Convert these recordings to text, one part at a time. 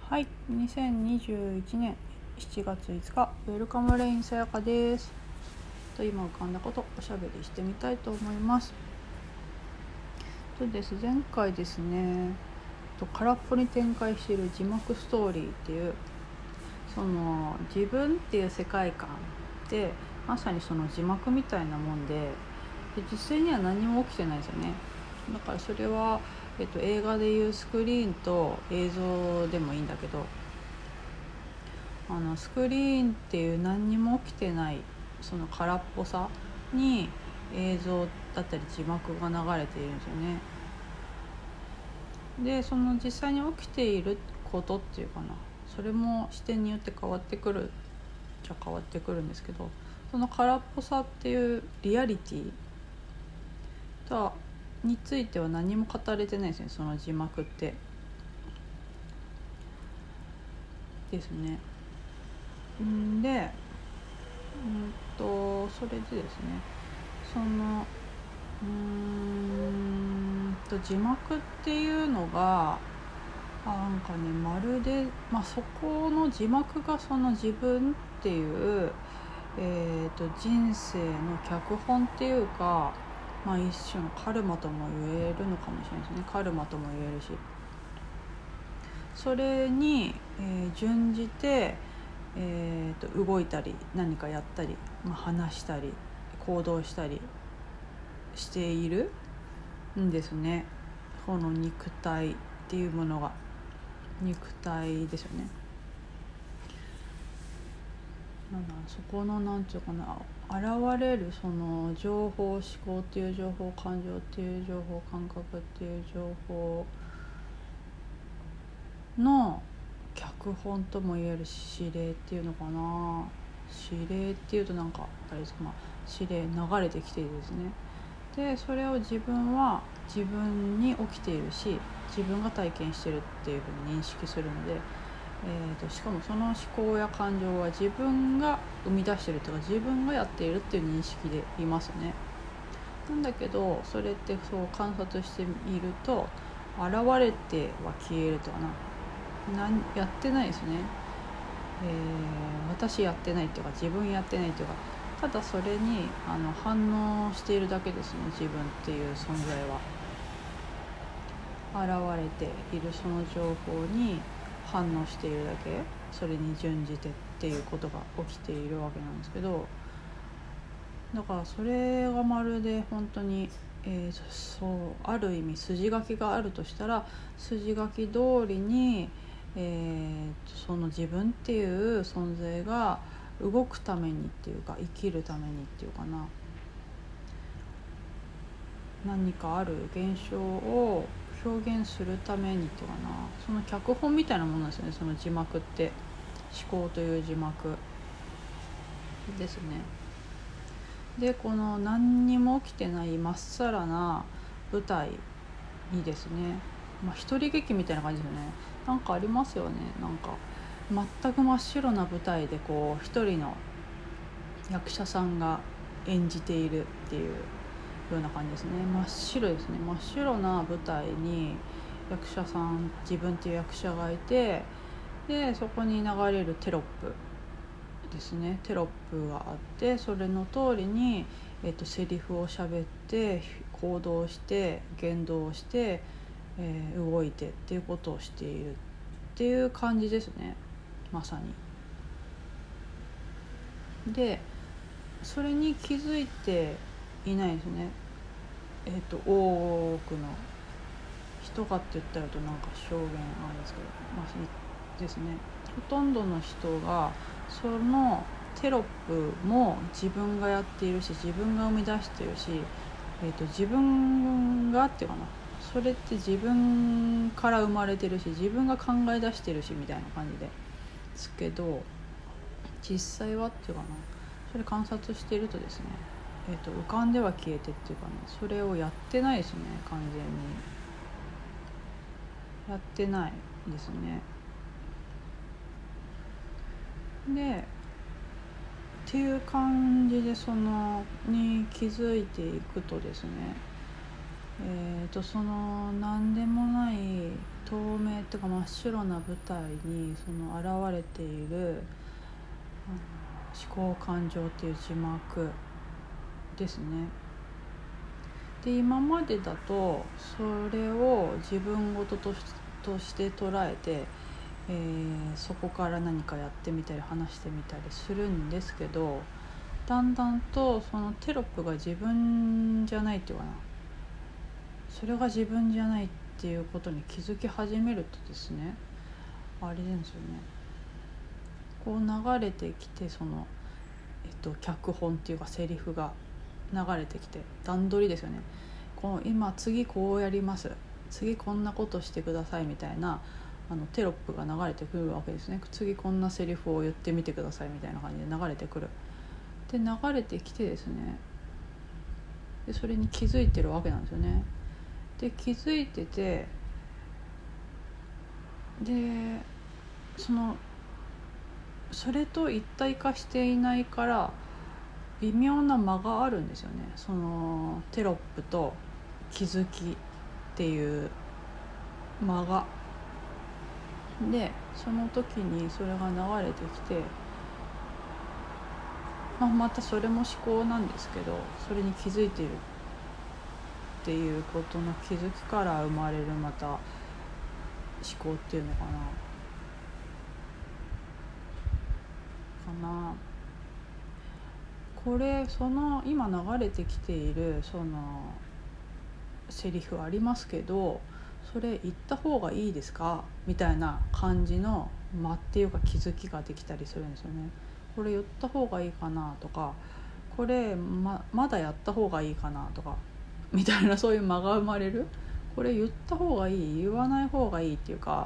はい、2021年7月5日ウェルカムレインさやかです。今浮かんだことおしゃべりしてみたいと思います。前回ですね、空っぽに展開している字幕ストーリーっていうその自分っていう世界観ってまさにその字幕みたいなもんで、実際には何も起きてないですよね。だからそれは、映画でいうスクリーンと映像でもいいんだけど、スクリーンっていう何にも起きてないその空っぽさに映像だったり字幕が流れているんですよね。でその実際に起きていることっていうかな、それも視点によって変わってくるじゃ変わってくるんですけど、その空っぽさっていうリアリティについては何も語れてないですね、その字幕ってですね。でそれでですね、その字幕っていうのがなんかね、まるで、そこの字幕がその自分っていう、人生の脚本っていうか、一種のカルマとも言えるのかもしれないですね。カルマとも言えるし、それに、準じて、動いたり何かやったり、話したり行動したりしているんですね。この肉体っていうものが肉体ですよね。そこのなんていうかな、現れるその情報、思考っていう情報、感情っていう情報、感覚っていう情報の脚本とも言える指令っていうのかな。指令っていうとなんかあれですか、指令流れてきているですね。でそれを自分は自分に起きているし、自分が体験しているっていうふうに認識するので、しかもその思考や感情は自分が生み出しているというか、自分がやっているっていう認識でいますね。なんだけどそれってそう観察してみると、現れては消えるとはやってないですね。私やってないっていうか、自分やってないっていうか、ただそれに反応しているだけですね。自分っていう存在は現れているその情報に反応しているだけ、それに準じてっていうことが起きているわけなんですけど、だからそれがまるで本当に、そうある意味筋書きがあるとしたら、筋書き通りに、その自分っていう存在が動くためにっていうか、生きるためにっていうかな、何かある現象を表現するためにっていうかな、その脚本みたいなものなんですよね、その字幕って。思考という字幕ですね。でこの何にも起きてないまっさらな舞台にですね、一人劇みたいな感じですよね。なんかありますよね、なんか全く真っ白な舞台でこう一人の役者さんが演じているっていうような感じですね。真っ白ですね。真っ白な舞台に役者さん、自分っていう役者がいて、でそこに流れるテロップですね。テロップがあって、それの通りに、セリフを喋って行動して言動して、動いてっていうことをしているっていう感じですね、まさに。でそれに気づいていないですね。多くの人がって言ったらとなんか証言あるんですけど、ですね、ほとんどの人がそのテロップも自分がやっているし、自分が生み出しているし、自分がっていうかな、それって自分から生まれてるし、自分が考え出してるしみたいな感じですけど、実際はっていうかな、それ観察しているとですね、浮かんでは消えてっていうかね、それをやってないですね。完全にやってないですね。でっていう感じでそのに気づいていくとですね、その何でもない透明っていうか真っ白な舞台にその現れている思考感情っていう字幕ですね。で今までだとそれを自分事として捉えて、そこから何かやってみたり話してみたりするんですけど、だんだんとそのテロップが自分じゃないっていうかな、それが自分じゃないっていうことに気づき始めるとですね、あれですよね、こう流れてきてその、脚本っていうかセリフが流れてきて、段取りですよね。こう今次こうやります、次こんなことしてくださいみたいなテロップが流れてくるわけですね。次こんなセリフを言ってみてくださいみたいな感じで流れてくる。で流れてきてですね、でそれに気づいてるわけなんですよね。で気づいてて、でそれと一体化していないから微妙な間があるんですよね。そのテロップと気づきっていう間が。でその時にそれが流れてきて、またそれも思考なんですけど、それに気づいているっていうことの気づきから生まれるまた思考っていうのかなこれその今流れてきているそのセリフありますけど、それ言った方がいいですかみたいな感じの間っていうか気づきができたりするんですよね。これ言った方がいいかなとか、これ まだやった方がいいかなとかみたいな、そういう間が生まれる。これ言った方がいい、言わない方がいいっていうか、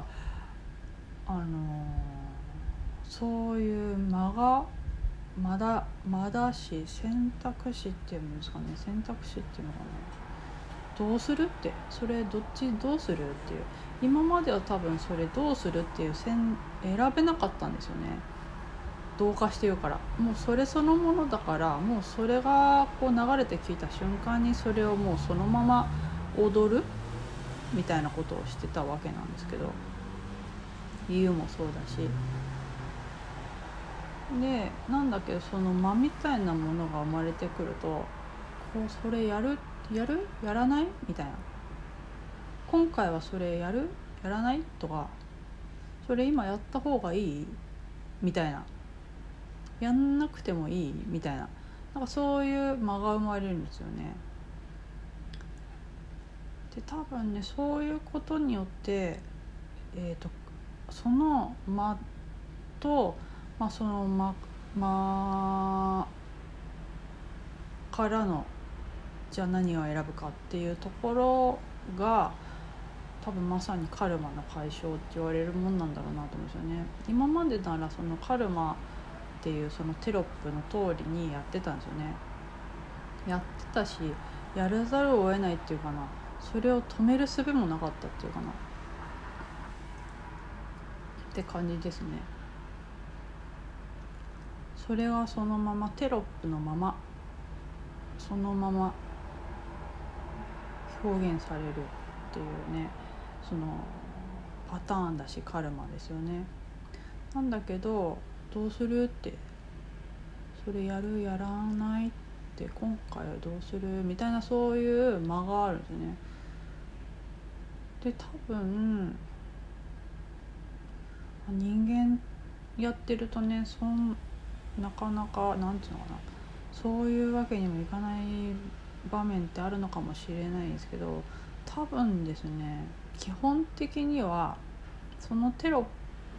そういう間がまだし、選択肢っていうんですかね、選択肢っていうのかな、どうするって、それどっちどうするっていう、今までは多分それどうするっていう選べなかったんですよね。同化してるから、もうそれそのものだから、もうそれがこう流れてきた瞬間にそれをもうそのまま踊るみたいなことをしてたわけなんですけど、理由もそうだし、でなんだけどその間みたいなものが生まれてくると、こうそれやらないみたいな、今回はそれやらないとか、それ今やった方がいいみたいな、やんなくてもいいみたいな、なんかそういう間が生まれるんですよね。で多分ね、そういうことによって、その間と、その間からのじゃあ何を選ぶかっていうところが多分まさにカルマの解消って言われるもんなんだろうなと思うんですよね。今までならそのカルマっていうそのテロップの通りにやってたんですよね。やってたし、やらざるを得ないっていうかな、それを止める術もなかったっていうかなって感じですね。それがそのままテロップのままそのまま表現されるっていうね、そのパターンだしカルマですよね。なんだけどどうするって、それやるやらないって、今回はどうするみたいな、そういう間があるんですよね。で多分人間やってるとね、なかなかなんていうのかな、そういうわけにもいかない場面ってあるのかもしれないんですけど、多分ですね、基本的にはそのテロッ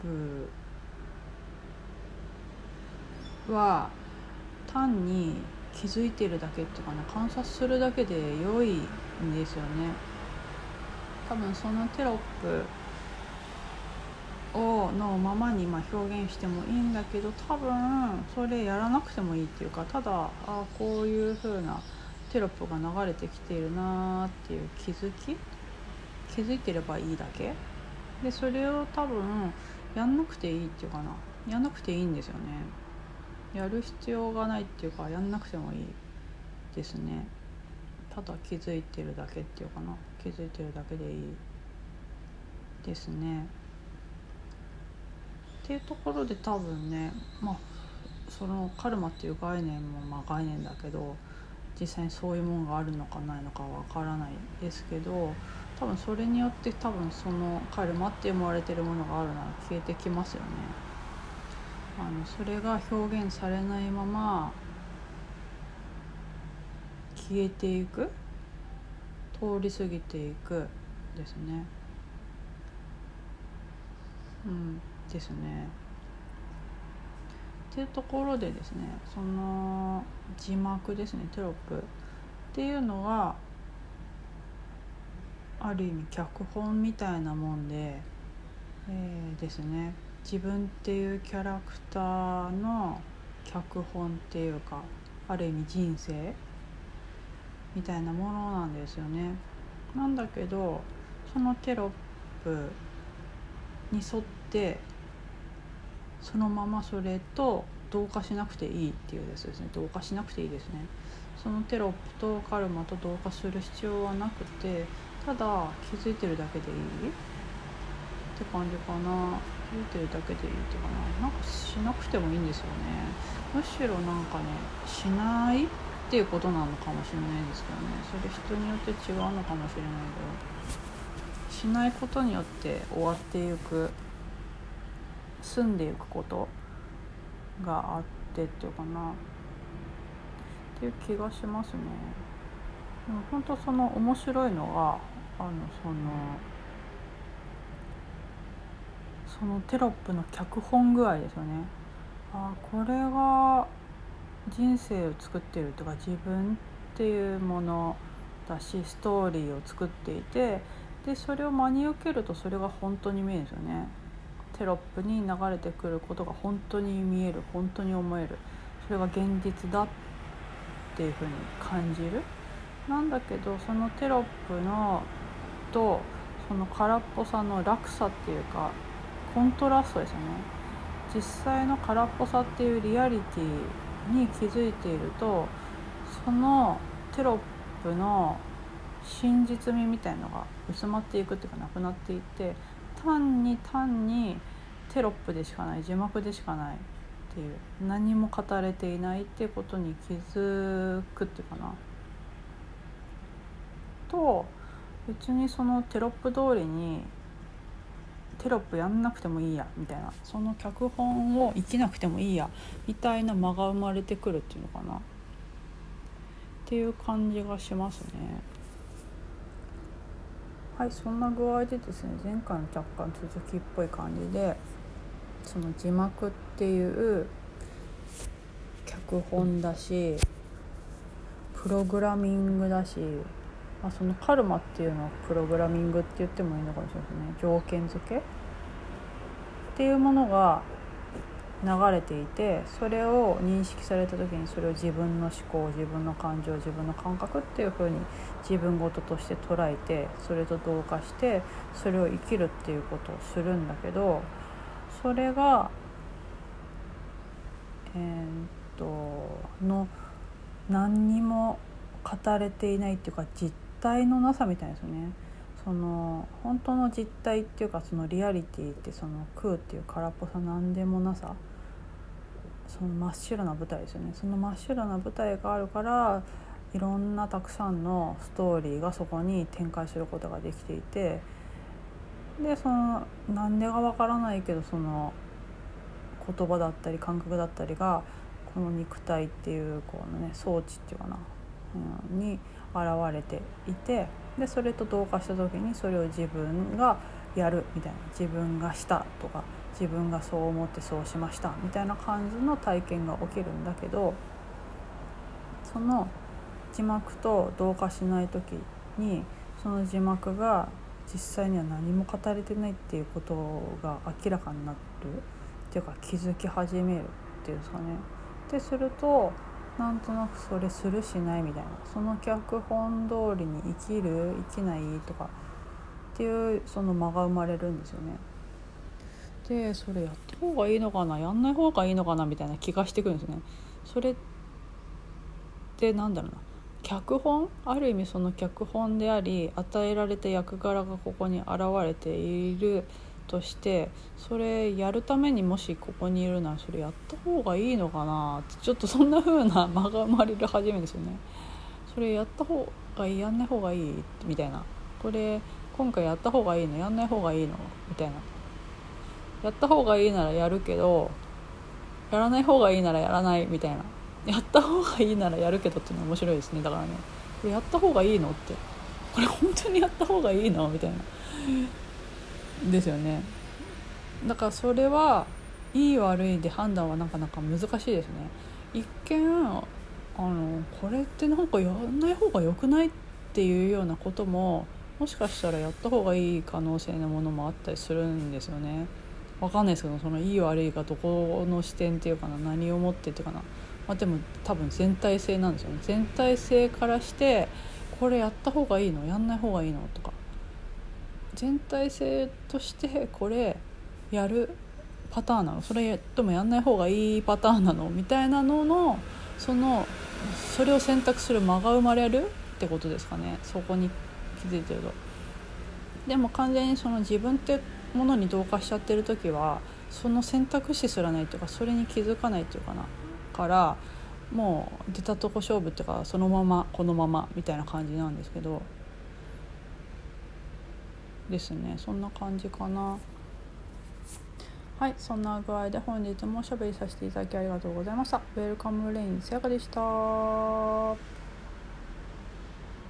プは単に気づいてるだけっていうかな、観察するだけで良いんですよね。多分そのテロップのままに表現してもいいんだけど、多分それやらなくてもいいっていうか、ただこういう風なテロップが流れてきているなっていう気づいてればいいだけで、それを多分やんなくていいっていうかな、やんなくていいんですよね。やる必要がないっていうか、やんなくてもいいですね。ただ気づいてるだけっていうかな、気づいてるだけでいい。 ですね。っていうところで多分ね、そのカルマっていう概念も概念だけど、実際にそういうものがあるのかないのかわからないですけど、多分それによって多分そのカルマって思われてるものがあるなら消えてきますよね。それが表現されないまま消えていく、通り過ぎていくですね。ですね。っていうところでですね、その字幕ですね、テロップっていうのはある意味脚本みたいなもんで、ですね、自分っていうキャラクターの脚本っていうか、ある意味人生みたいなものなんですよね。なんだけど、そのテロップに沿ってそのままそれと同化しなくていいっていうやつですね。同化しなくていいですね。そのテロップとカルマと同化する必要はなくて、ただ気づいてるだけでいいって感じかな。気づいてるだけでいいってかな。なんかしなくてもいいんですよね。むしろなんかね、しないっていうことなのかもしれないですけどね。それ人によって違うのかもしれないけど、しないことによって終わっていく、済んでいくことがあってっていうかなっていう気がしますね。でも本当その面白いのがそのテロップの脚本具合ですよね。これが人生を作ってるとか、自分っていうものだし、ストーリーを作っていて、でそれを真に受けるとそれが本当に見えるんですよね。テロップに流れてくることが本当に見える、本当に思える、それが現実だっていう風に感じる。なんだけど、そのテロップのとその空っぽさの落差っていうか、コントラストですよね。実際の空っぽさっていうリアリティに気づいていると、そのテロップの真実味みたいのが薄まっていくっていうか、なくなっていって、単にテロップでしかない、字幕でしかないっていう、何も語れていないっていうことに気づくっていうかな。と、別にそのテロップ通りにテロップやんなくてもいいやみたいな、その脚本を生きなくてもいいやみたいな間が生まれてくるっていうのかなっていう感じがしますね。はい、そんな具合でですね、前回の若干続きっぽい感じで、その字幕っていう脚本だし、プログラミングだし、そのカルマっていうのはプログラミングって言ってもいいのかもしれないですね。条件付けっていうものが流れていて、それを認識された時に、それを自分の思考、自分の感情、自分の感覚っていう風に自分事として捉えて、それと同化してそれを生きるっていうことをするんだけど、それが何にも語れていないっていうか、実体のなさみたいですよね。その本当の実体っていうか、そのリアリティって、その空っていう空っぽさ、なんでもなさ、その真っ白な舞台ですよね。その真っ白な舞台があるから、いろんなたくさんのストーリーがそこに展開することができていて、でそのなんでかわからないけど、その言葉だったり感覚だったりが、この肉体っていうこのね、装置っていうかな、に現れていて、でそれと同化した時に、それを自分がやるみたいな、自分がしたとか、自分がそう思ってそうしましたみたいな感じの体験が起きるんだけど、その字幕と同化しない時に、その字幕が実際には何も語れてないっていうことが明らかになるっていうか、気づき始めるっていうんですかね。ですると、なんとなくそれするしないみたいな、その脚本通りに生きる生きないとかっていうその間が生まれるんですよね。でそれやった方がいいのかな、やんない方がいいのかなみたいな気がしてくるんですね。それってなんだろうな、 脚本、ある意味その脚本であり、与えられた役柄がここに現れているとして、それやるためにもしここにいるならそれやった方がいいのかなって、ちょっとそんな風な間が生まれる始めですよね。それやった方がいい、やんない方がいいみたいな、これ今回やった方がいいの、やんない方がいいのみたいな、やった方がいいならやるけどやらない方がいいならやらないみたいな、やった方がいいならやるけどっていうのは面白いですね。だからね、これやった方がいいのって、これ本当にやった方がいいのみたいなですよね。だからそれはいい悪いで判断はなかなか難しいですね。一見これってなんかやんない方が良くないっていうようなことももしかしたらやった方がいい可能性のものもあったりするんですよね。わかんないですけど、そのいい悪いがどこの視点っていうかな、何をもってっていうかな、でも多分全体性なんですよね。全体性からしてこれやった方がいいの、やんない方がいいのとか、全体性としてこれやるパターンなの、それともやんない方がいいパターンなのみたいなののそれを選択する間が生まれるってことですかね。そこに気づいてると。でも完全にその自分ってものに同化しちゃってる時はその選択肢すらないというか、それに気づかないというかな、からもう出たとこ勝負っていうか、そのままこのままみたいな感じなんですけどですね。そんな感じかな。はい、そんな具合で本日もおしゃべりさせていただきありがとうございました。ウェルカムレインさやかでした。